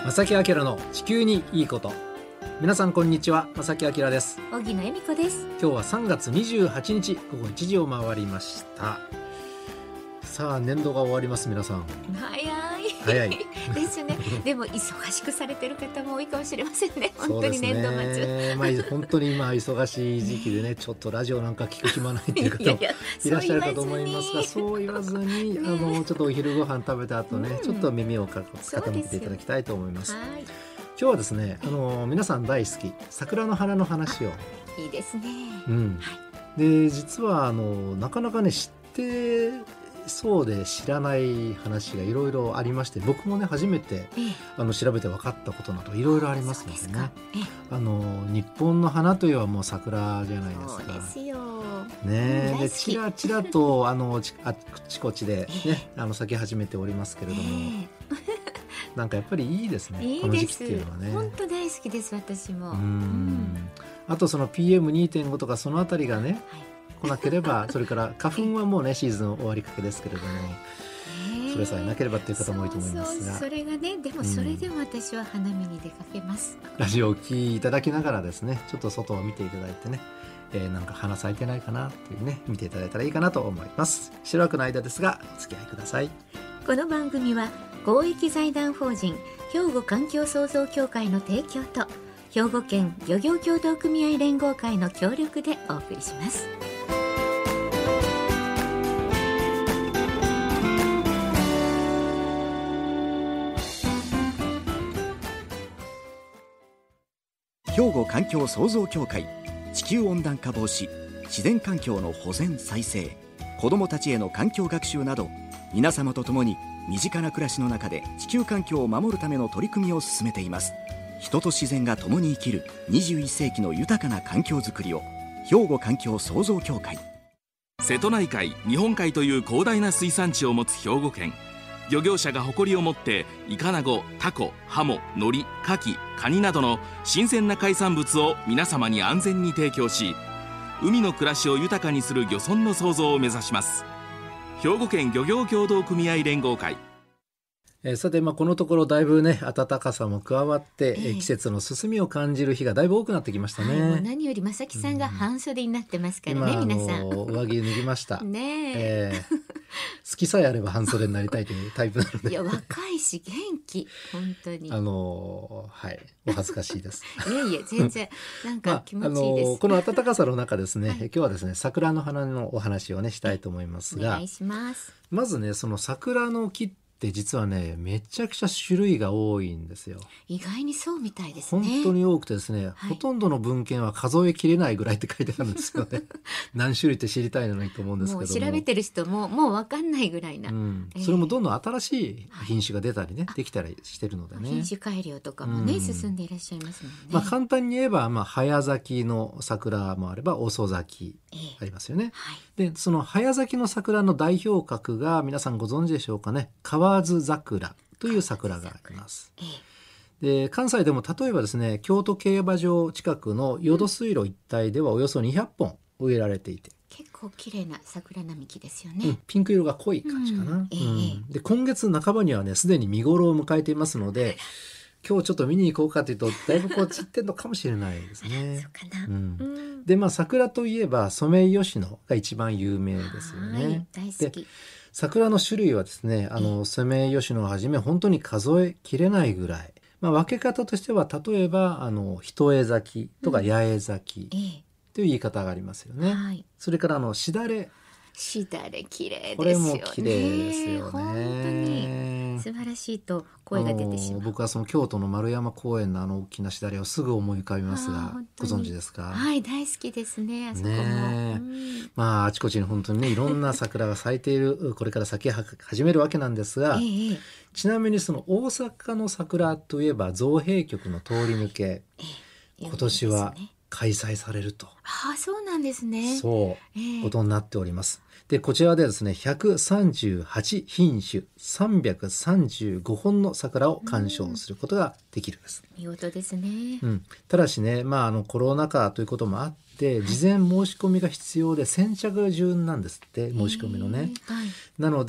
正木明の地球にいいこと。皆さんこんにちは、正木明です。 荻野恵美子です。 今日は3月28日午後1時を回りました。さあ年度が終わります。皆さん早いですね。でも忙しくされてる方も多いかもしれませんね。本当に年度末、 本当に今忙しい時期でね、ちょっとラジオなんか聞く暇ないっていう方もいらっしゃるかと思いますが、そう言わずにちょっとお昼ご飯食べた後ね、ちょっと耳を傾けていただきたいと思います。今日はですね、皆さん大好き桜の花の話を。 いいですね。 で実はなかなかね知ってそうで知らない話がいろいろありまして、僕もね初めて調べて分かったことなどいろいろありますのでね。日本の花といえばもう桜じゃないですか。 そうですよね。でちらちらとあちこちでね咲き始めておりますけれども、なんかやっぱりいいですね。 いいです。 この時期っていうのはね。 本当大好きです私も。 あとその PM2.5 とかそのあたりがね、来なければ、それから花粉はもうねシーズン終わりかけですけれども、それさえなければっていう方も多いと思いますが、 それがね、でもそれでも私は花見に出かけます。 ラジオを聴いていただきながらですね、ちょっと外を見ていただいてね、なんか花咲いてないかなっていうね、見ていただいたらいいかなと思います。しばらくの間ですがお付き合いください。 この番組は公益財団法人兵庫環境創造協会の提供と兵庫県漁業協同組合連合会の協力でお送りします。 兵庫環境創造協会、地球温暖化防止、自然環境の保全再生、子どもたちへの環境学習など、皆様と共に身近な暮らしの中で地球環境を守るための取り組みを進めています。人と自然が共に生きる21世紀の豊かな環境づくりを。兵庫環境創造協会。 瀬戸内海、日本海という広大な水産地を持つ兵庫県。漁業者が誇りを持ってイカナゴ、タコ、ハモ、ノリ、カキ、カニなどの新鮮な海産物を皆様に安全に提供し、海の暮らしを豊かにする漁村の創造を目指します。兵庫県漁業協同組合連合会。 さて、このところだいぶね暖かさも加わって、季節の進みを感じる日がだいぶ多くなってきましたね。 もう何より正木さんが半袖になってますからね、皆さん。 上着脱ぎましたね。 好きさえあれば半袖になりたいというタイプなので。 いや若いし元気、本当にお恥ずかしいですいえ全然なんか気持ちいいです。 この暖かさの中ですね、今日はですね桜の花のお話をねしたいと思いますが、 お願いします。 まずねその桜の木って実はねめちゃくちゃ種類が多いんですよ。 意外にそうみたいですね。 本当に多くてですね、ほとんどの文献は数えきれないぐらいって書いてあるんですよね何種類って知りたいのにと思うんですけども、 もう調べてる人ももう分かんないぐらいな、 それもどんどん新しい品種が出たりね、できたりしてるのでね、 品種改良とかもね、進んでいらっしゃいますもんね。 簡単に言えば、早咲きの桜もあれば遅咲きありますよね。でその早咲きの桜の代表格が皆さんご存知でしょうかね。河津桜という桜があります。で関西でも例えばですね、京都競馬場近くの淀水路一帯ではおよそ200本植えられていて、 結構綺麗な桜並木ですよね。 ピンク色が濃い感じかな。で今月半ばにはねすでに見頃を迎えていますので、今日ちょっと見に行こうかというとだいぶ散ってんのかもしれないですねそうかな。 で桜といえばソメイヨシノが一番有名ですよね。 大好き。 で桜の種類はですねソメイヨシノをはじめ本当に数えきれないぐらい、分け方としては例えば一重咲きとか八重咲きという言い方がありますよね。それからしだれ綺麗ですよね。 これも綺麗ですよね。 本当に素晴らしいと声が出てしまう。 僕はその京都の丸山公園の大きなしだれをすぐ思い浮かびますが、ご存知ですか？ 大好きですね、あそこも。 あちこちに本当にねいろんな桜が咲いているこれから咲き始めるわけなんですが、ちなみにその大阪の桜といえば造幣局の通り抜け、今年は開催されると。 そうなんですね。 そうことになっております。でこちらでですね138品種335本の桜を鑑賞することができるんです。 見事ですね。 ただしね、コロナ禍ということもあって事前申し込みが必要で先着順なんですって、申し込みのね。なので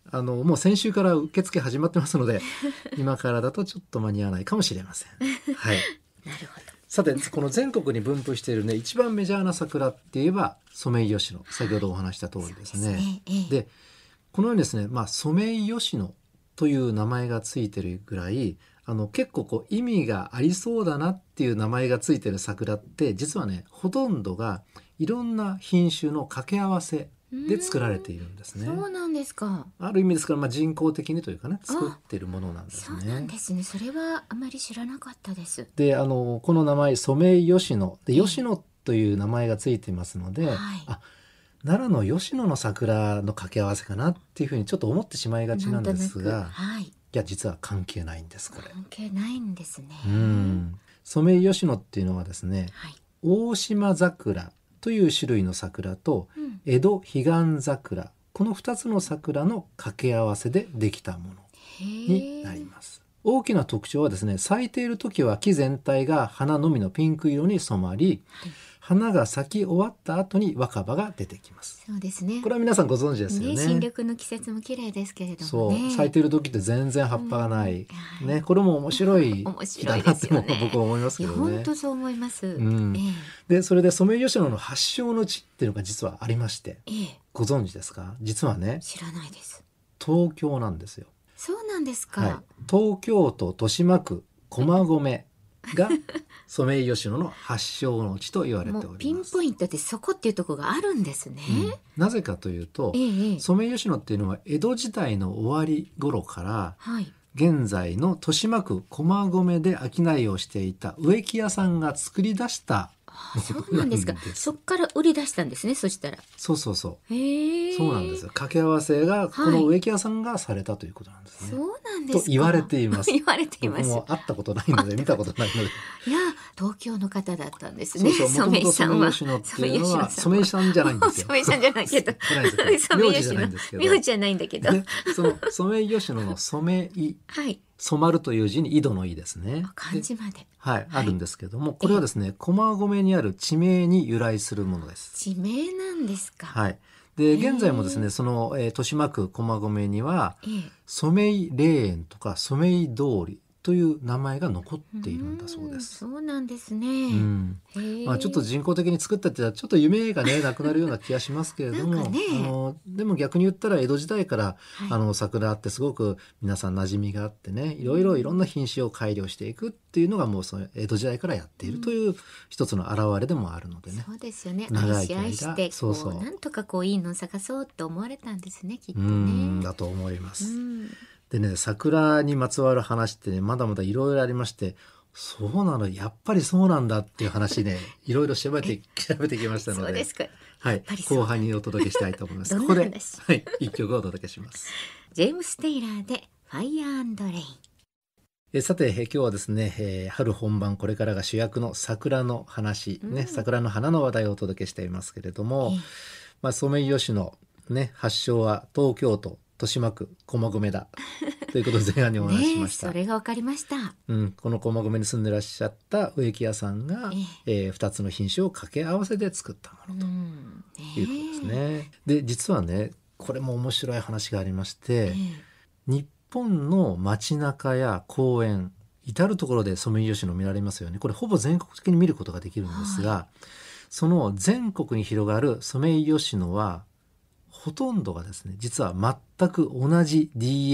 もう先週から受付始まってますので今からだとちょっと間に合わないかもしれません。はい。 なるほど。 さてこの全国に分布しているね一番メジャーな桜って言えばソメイヨシノ、先ほどお話した通りですね。でこのようにですね、ソメイヨシノという名前がついてるぐらい結構こう意味がありそうだなっていう名前がついてる桜って実はねほとんどがいろんな品種の掛け合わせで作られているんですね。 そうなんですか。 ある意味ですから、人工的にというかね作っているものなんですね。 そうなんですね。それはあまり知らなかったです。 でこの名前ソメイヨシノで吉野という名前がついていますので、奈良の吉野の桜の掛け合わせかなっていうふうにちょっと思ってしまいがちなんですが、いや実は関係ないんです。これ関係ないんですね。 ソメイヨシノっていうのはですね、大島桜という種類の桜と、江戸彼岸桜、この2つの桜の掛け合わせでできたものになります。大きな特徴はですね、咲いている時は木全体が花のみのピンク色に染まり、花が咲き終わった後に若葉が出てきます。 そうですね。 これは皆さんご存知ですよね。 新緑の季節も綺麗ですけれどもね。 咲いている時って全然葉っぱがない、これも面白い木だなって僕は思いますけどね。 本当そう思います。 でそれでソメイヨシノの発祥の地っていうのが実はありまして、ご存知ですか？実はね、 知らないです。 東京なんですよ。 そうなんですか。 東京都豊島区駒込がソメイヨシノの発祥の地と言われております。もうピンポイントでそこっていうところがあるんですね。 なぜかというと、ソメイヨシノっていうのは江戸時代の終わり頃から、現在の豊島区駒込で商いをしていた植木屋さんが作り出したそうなんですか。そこから売り出したんですね。そしたら。 そうそうなんですよ。掛け合わせがこの植木屋さんがされたということなんですね。 そうなんですか。 と言われています。 言われています。 僕も会ったことないので見たことないので。 いや東京の方だったんですね。 ソメイヨシノっていうのはソメイさんじゃないんですよ。 ソメイさんじゃないけど。 名字じゃないんですけど。 名字じゃないんだけど。 そのソメイヨシノのソメイ。染まるという字に井戸の井ですね。 漢字まで。 あるんですけども、これはですね、駒込にある地名に由来するものです。 地名なんですか。 で現在もですね、その、豊島区駒込には、ソメイ霊園とかソメイ通りという名前が残っているんだそうです。 そうなんですね。 ちょっと人工的に作ったってちょっと夢がねなくなるような気がしますけれども、でも逆に言ったら江戸時代から、桜ってすごく皆さん馴染みがあってね、いろんな品種を改良していくっていうのがもうその江戸時代からやっているという一つの表れでもあるのでね。 そうですよね。愛し愛してなんとかいいのを探そうと思われたんですね、きっとね。 だと思います。でね、桜にまつわる話ってね、まだまだいろいろありまして、そうなの、やっぱりそうなんだっていう話ね、いろいろ調べてきましたので、 そうですか。 後半にお届けしたいと思います。ここで、一曲をお届けします。 ジェームス・テイラーでファイアー&レイン。 さて、今日はですね、春本番これからが主役の桜の話、桜の花の話題をお届けしていますけれども、ソメイヨシノ、発祥は東京都豊島区駒込だということで前半にお話ししました。 それが分かりました。 この駒込に住んでらっしゃった植木屋さんが、2つの品種を掛け合わせで作ったものということですね。で実はね、これも面白い話がありまして、日本の街中や公園至る所でソメイヨシノ見られますよね。これほぼ全国的に見ることができるんですが、その全国に広がるソメイヨシノはほとんどがですね、実は全く同じ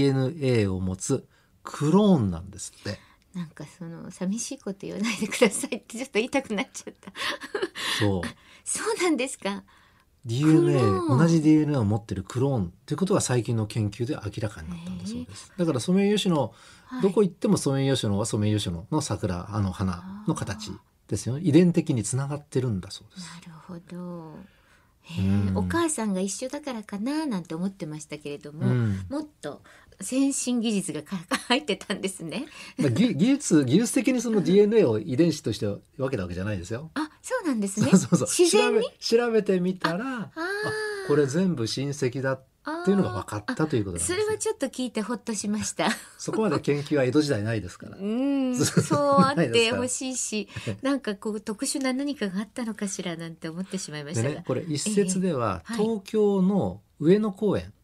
DNA を持つクローンなんですって。 なんか寂しいこと言わないでくださいってちょっと言いたくなっちゃった。そうなんですか。 同じ DNA を持ってるクローンということが最近の研究で明らかになったんだそうです。だからソメイヨシノ、どこ行ってもソメイヨシノはソメイヨシノの桜、花の形ですよね。遺伝的につながってるんだそうです。 なるほど。お母さんが一緒だからかななんて思ってましたけれども、もっと先進技術が入ってたんですね。 技術的にその DNA を遺伝子として分けたわけじゃないですよ。 そうなんですね。 自然に調べてみたら、これ全部親戚だっていうのが分かったということなんです。 それはちょっと聞いてほっとしました。 そこまで研究は江戸時代ないですから。 そうあってほしいし、なんか特殊な何かがあったのかしらなんて思ってしまいましたが。 これ一説では、東京の上野公園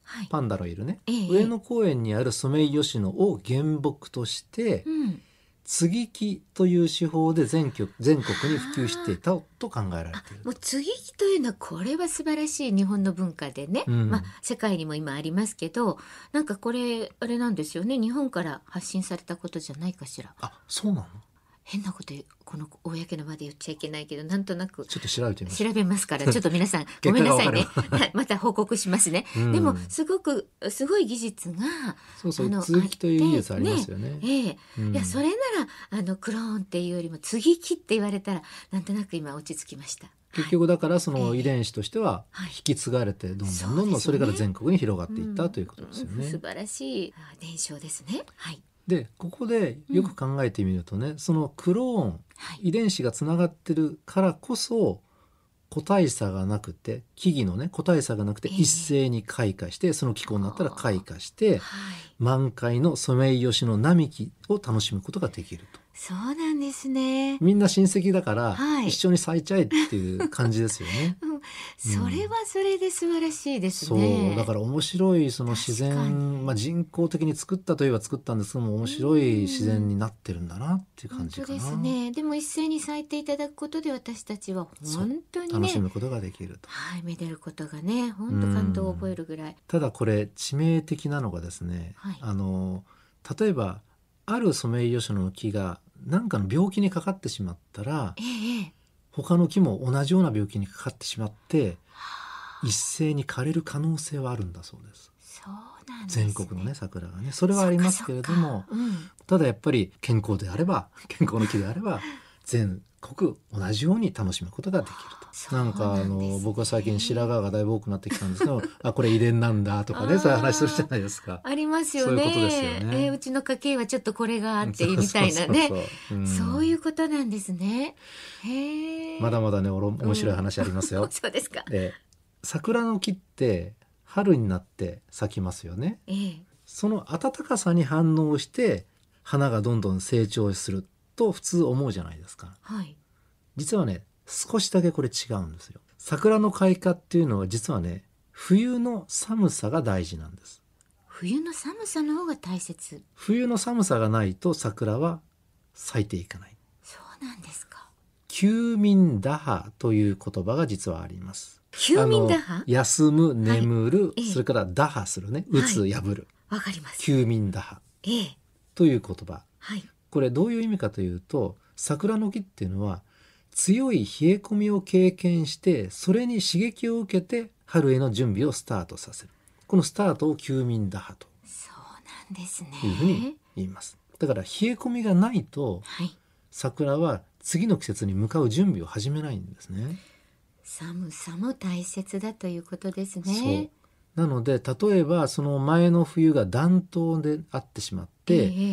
はい、 パンダのいるね、 ええ上野公園にあるソメイヨシノを原木として、接ぎ木という手法で全国に普及していたと考えられている。 もう接ぎ木というのはこれは素晴らしい日本の文化でね、世界にも今ありますけど、なんかこれあれなんですよね、日本から発信されたことじゃないかしら。 あ、そうなの？ 変なことこの公の場で言っちゃいけないけど、なんとなくちょっと調べてみます調べますからちょっと皆さんごめんなさいねはいまた報告しますね、でもすごい技術がそう接ぎ木という技術ありますよね。 いやそれならクローンっていうよりも接ぎ木って言われたらなんとなく今落ち着きました。 結局だからその遺伝子としては引き継がれてどんどんそれから全国に広がっていったということですよね。 素晴らしい伝承ですね。はい。 でここでよく考えてみるとね、そのクローン、遺伝子がつながってるからこそ個体差がなくて、木々のね個体差がなくて一斉に開花して、その気候になったら開花して、満開のソメイヨシノ並木を楽しむことができると。 そうなんですね。 みんな親戚だから、一緒に咲いちゃえっていう感じですよね。 それはそれで素晴らしいですね。 そうだから面白いその自然、人工的に作ったといえば作ったんですけども、面白い自然になってるんだなっていう感じかな。 本当ですね。でも一斉に咲いていただくことで私たちは本当にね楽しむことができると。 めでることがね本当感動を覚えるぐらい。 ただこれ致命的なのがですね、例えばあるソメイヨシノの木が何かの病気にかかってしまったら、他の木も同じような病気にかかってしまって一斉に枯れる可能性はあるんだそうです。 そうなんですね。 全国のね桜がね、それはありますけれども、ただやっぱり健康であれば、健康の木であれば全国同じように楽しむことができると。なんか僕は最近白髪がだいぶ多くなってきたんですけどこれ遺伝なんだとかね、そういう話するじゃないですか。 ありますよね。 そういうことですよね。 うちの家系はちょっとこれがあってみたいなね。そういうことなんですね。 まだまだね面白い話ありますよ。 そうですか。 桜の木って春になって咲きますよね。その暖かさに反応して花がどんどん成長すると普通思うじゃないですか。実はね少しだけこれ違うんですよ。桜の開花っていうのは実はね冬の寒さが大事なんです。 冬の寒さの方が大切。 冬の寒さがないと桜は咲いていかない。 そうなんですか。 休眠打破という言葉が実はあります。 休眠打破、 休む眠る、それから打破するね、打つ破る、 わかります。 休眠打破、という言葉、これどういう意味かというと、桜の木っていうのは強い冷え込みを経験してそれに刺激を受けて春への準備をスタートさせる。このスタートを休眠打破というふうに言います。だから冷え込みがないと、桜は次の季節に向かう準備を始めないんですね。 寒さも大切だということですね。 なので例えばその前の冬が暖冬であってしまって、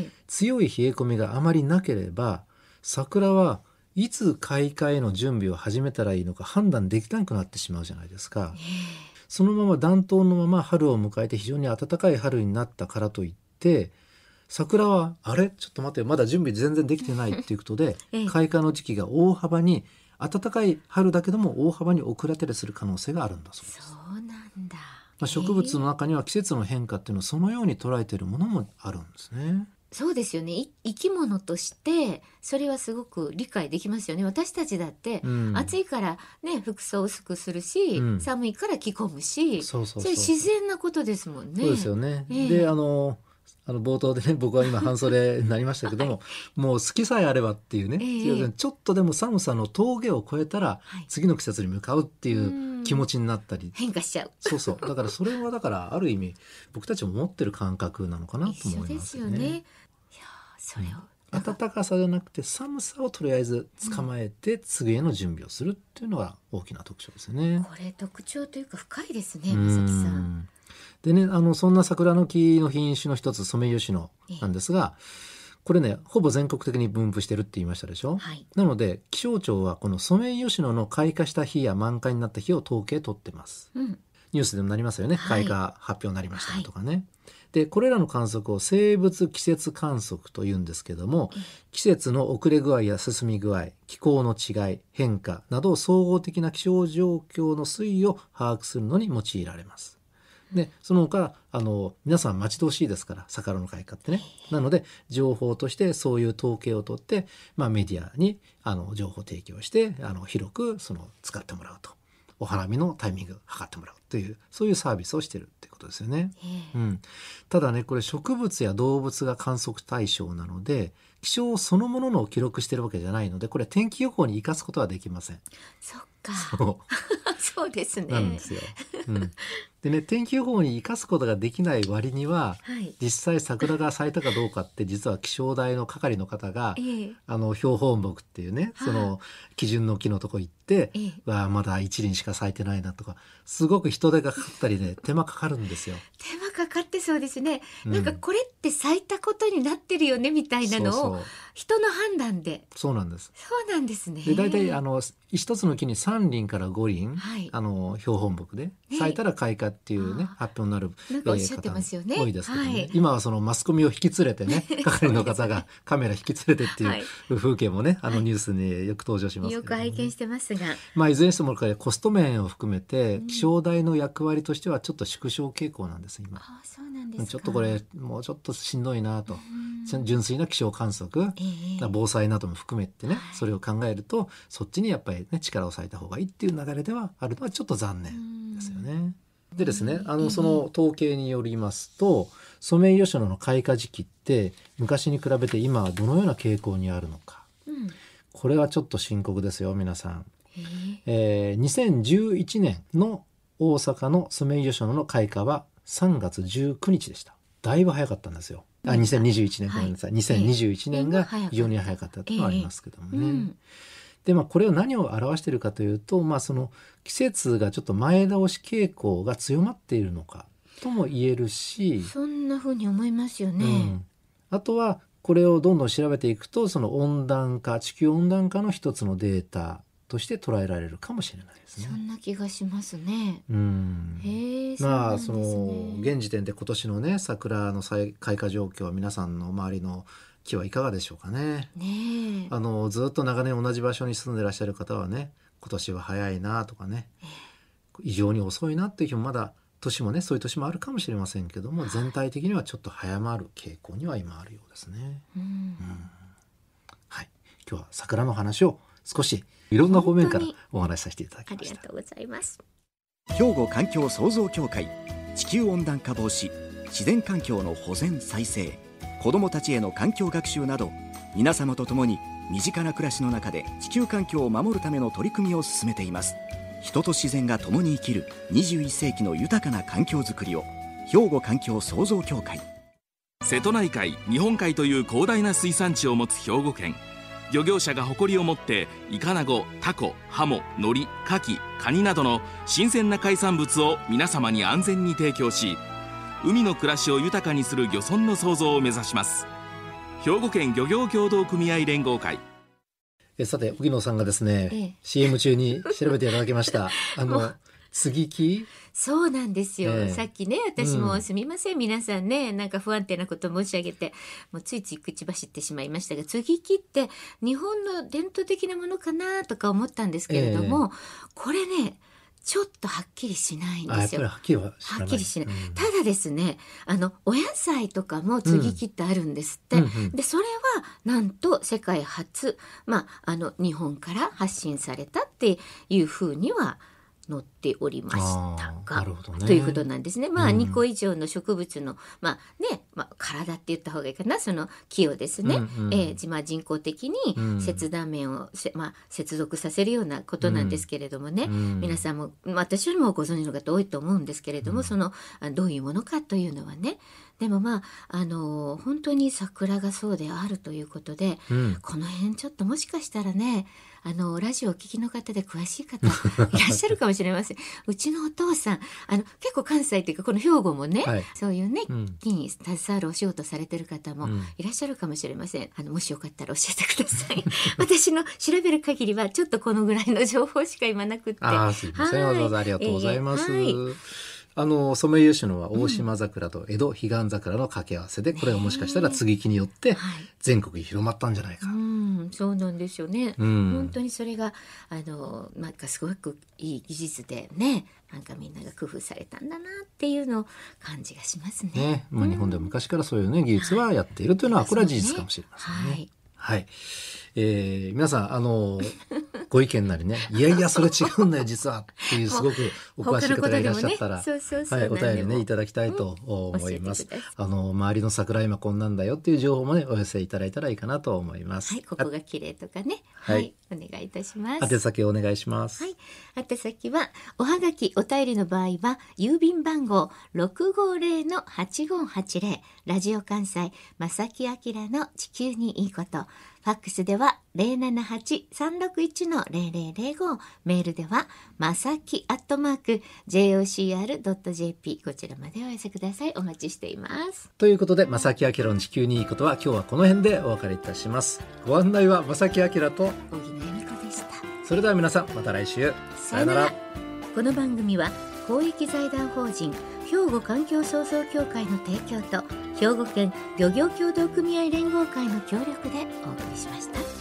強い冷え込みがあまりなければ桜はいつ開花への準備を始めたらいいのか判断できなくなってしまうじゃないですか。そのまま暖冬のまま春を迎えて非常に暖かい春になったからといって桜はあれちょっと待ってまだ準備全然できてないっていうことで、開花の時期が大幅に暖かい春だけども大幅に遅れたりする可能性があるんだそうです。 そうなんだ。 植物の中には季節の変化っていうのをそのように捉えているものもあるんですね。 そうですよね。生き物としてそれはすごく理解できますよね。私たちだって、暑いからね服装を薄くするし、寒いから着込むし、それ自然なことですもんね。 そうですよね。で冒頭でね僕は今半袖になりましたけども、もう好きさえあればっていうね、ちょっとでも寒さの峠を越えたら、次の季節に向かうっていう気持ちになったり変化しちゃう。 だからそれはだからある意味僕たちも持ってる感覚なのかなと思いますよね。 一緒ですよね。いやそれを暖かさじゃなくて寒さをとりあえず捕まえて次への準備をするっていうのが大きな特徴ですよね。 これ特徴というか深いですね、まさきさん。 でね、そんな桜の木の品種の一つソメイヨシノなんですが、これねほぼ全国的に分布してるって言いましたでしょ。なので気象庁はこのソメイヨシノの開花した日や満開になった日を統計取ってます。ニュースでもなりますよね、開花発表になりましたとかね。でこれらの観測を生物季節観測というんですけども、季節の遅れ具合や進み具合、気候の違い、変化など総合的な気象状況の推移を把握するのに用いられます。 でその他皆さん待ち遠しいですから、桜の開花ってね。なので情報としてそういう統計を取って、メディアに情報提供して広く使ってもらうと、お花見のタイミングを測ってもらうという、そういうサービスをしてるってことですよね。ただね、これ植物や動物が観測対象なので、気象そのもののを記録してるわけじゃないので、これ天気予報に生かすことはできません。 そっか。そうですね。 なんですよ。でね、天気予報に生かすことができない割には、実際桜が咲いたかどうかって、実は気象台の係の方が、標本木っていうね、その基準の木のとこ行って、まだ一輪しか咲いてないなとか、すごく人手がかかったりね、手間かかるんですよ。 手間かかってそうですね。なんかこれって咲いたことになってるよねみたいなのを人の判断で。 そうなんです。 そうなんですね。 で、大体一つの木に3輪から5輪、標本木で咲いたら開花っていうね、発表になる方多いですけどね。今はそのマスコミを引き連れてね、係の方がカメラ引き連れてっていう風景もね、ニュースによく登場しますけどね。 よく拝見してますが、 いずれにしてもコスト面を含めて、気象台の役割としてはちょっと縮小傾向なんです今。 そうなんですか。 ちょっとこれもうちょっとしんどいなと、純粋な気象観測、防災なども含めてね、それを考えるとそっちにやっぱりね、力を割いた方がいいっていう流れではあるのはちょっと残念ですよね。でですね、その統計によりますと、ソメイヨシノの開花時期って昔に比べて今はどのような傾向にあるのか、これはちょっと深刻ですよ皆さん。2011年の大阪のソメイヨシノの開花は3月19日でした。だいぶ早かったんですよ。2021年、ごめんなさい、2021年が非常に早かったというのはありますけどもね。で、これを何を表しているかというと、その季節がちょっと前倒し傾向が強まっているのかとも言えるし、 そんな風に思いますよね。 あとはこれをどんどん調べていくと、その温暖化、地球温暖化の一つのデータとして捉えられるかもしれないですね。 そんな気がしますね。 その現時点で今年のね、桜の開花状況は皆さんの周りの木はいかがでしょうかね。ずっと長年同じ場所に住んでいらっしゃる方はね、今年は早いなとかね、異常に遅いなっていう日もまだ年もね、そういう年もあるかもしれませんけども、全体的にはちょっと早まる傾向には今あるようですね。はい、今日は桜の話を少しいろんな方面からお話しさせていただきました。 ありがとうございます。 兵庫環境創造協会、地球温暖化防止、自然環境の保全再生、子どもたちへの環境学習など、皆様と共に身近な暮らしの中で地球環境を守るための取り組みを進めています。人と自然が共に生きる21世紀の豊かな環境づくりを、兵庫環境創造協会。 瀬戸内海、日本海という広大な水産地を持つ兵庫県。漁業者が誇りを持ってイカナゴ、タコ、ハモ、ノリ、カキ、カニなどの新鮮な海産物を皆様に安全に提供し、海の暮らしを豊かにする漁村の創造を目指します。兵庫県漁業協同組合連合会。 さて、荻野さんがですね、CM 中に調べていただきました接ぎ木。 そうなんですよ、さっきね、私もすみません、皆さんね、なんか不安定なことを申し上げて、もうついつい口走ってしまいましたが、接ぎ木って日本の伝統的なものかなとか思ったんですけれども、これね、ちょっとはっきりしないんですよ。 はっきりしない。 ただですね、お野菜とかも接ぎ木ってあるんですって、でそれはなんと世界初、日本から発信されたっていうふうには載っておりましたが、ということなんですね。2個以上の植物の体って言った方がいいかな、その木をですね、人工的に切断面を接続させるようなことなんですけれどもね、皆さんも私よりもご存知の方多いと思うんですけれども、そのどういうものかというのはね、でも本当に桜がそうであるということで、この辺ちょっともしかしたらね、ラジオをお聞きの方で詳しい方いらっしゃるかもしれません。うちのお父さん結構関西というかこの兵庫もね、そういうね、木に携わるお仕事されてる方もいらっしゃるかもしれません。もしよかったら教えてください。私の調べる限りはちょっとこのぐらいの情報しか今なくって。 すいません、わざわざありがとうございます。 ソメイヨシノは大島桜と江戸彼岸桜の掛け合わせで、これはもしかしたら接ぎ木によって全国に広まったんじゃないか、 そうなんですよね、本当にそれがなんかすごくいい技術でね、なんかみんなが工夫されたんだなっていうのを感じがしますね。 日本では昔からそういうね技術はやっているというのは、これは事実かもしれませんね。はい、皆さんご意見なりね、いやいやそれ違うんだよ実はっていうすごくお詳しい方がいらっしゃったら、お便りねいただきたいと思います。周りの桜今こんなんだよっていう情報もねお寄せいただいたらいいかなと思います。 ここが綺麗とかね、お願いいたします。 宛先お願いします。 宛先はおはがきお便りの場合は郵便番号 650-8580 ラジオ関西正木明の地球にいいこと、ファックスでは 078-361-0005、メールではまさき@jocr.jp、 こちらまでお寄せください。お待ちしています。 ということで、正木明の地球にいいことは今日はこの辺でお別れいたします。ご案内は正木明と小木野恵美子でした。 それでは皆さんまた来週、さよなら。 この番組は公益財団法人兵庫環境創造協会の提供と兵庫県漁業協同組合連合会の協力でお送りしました。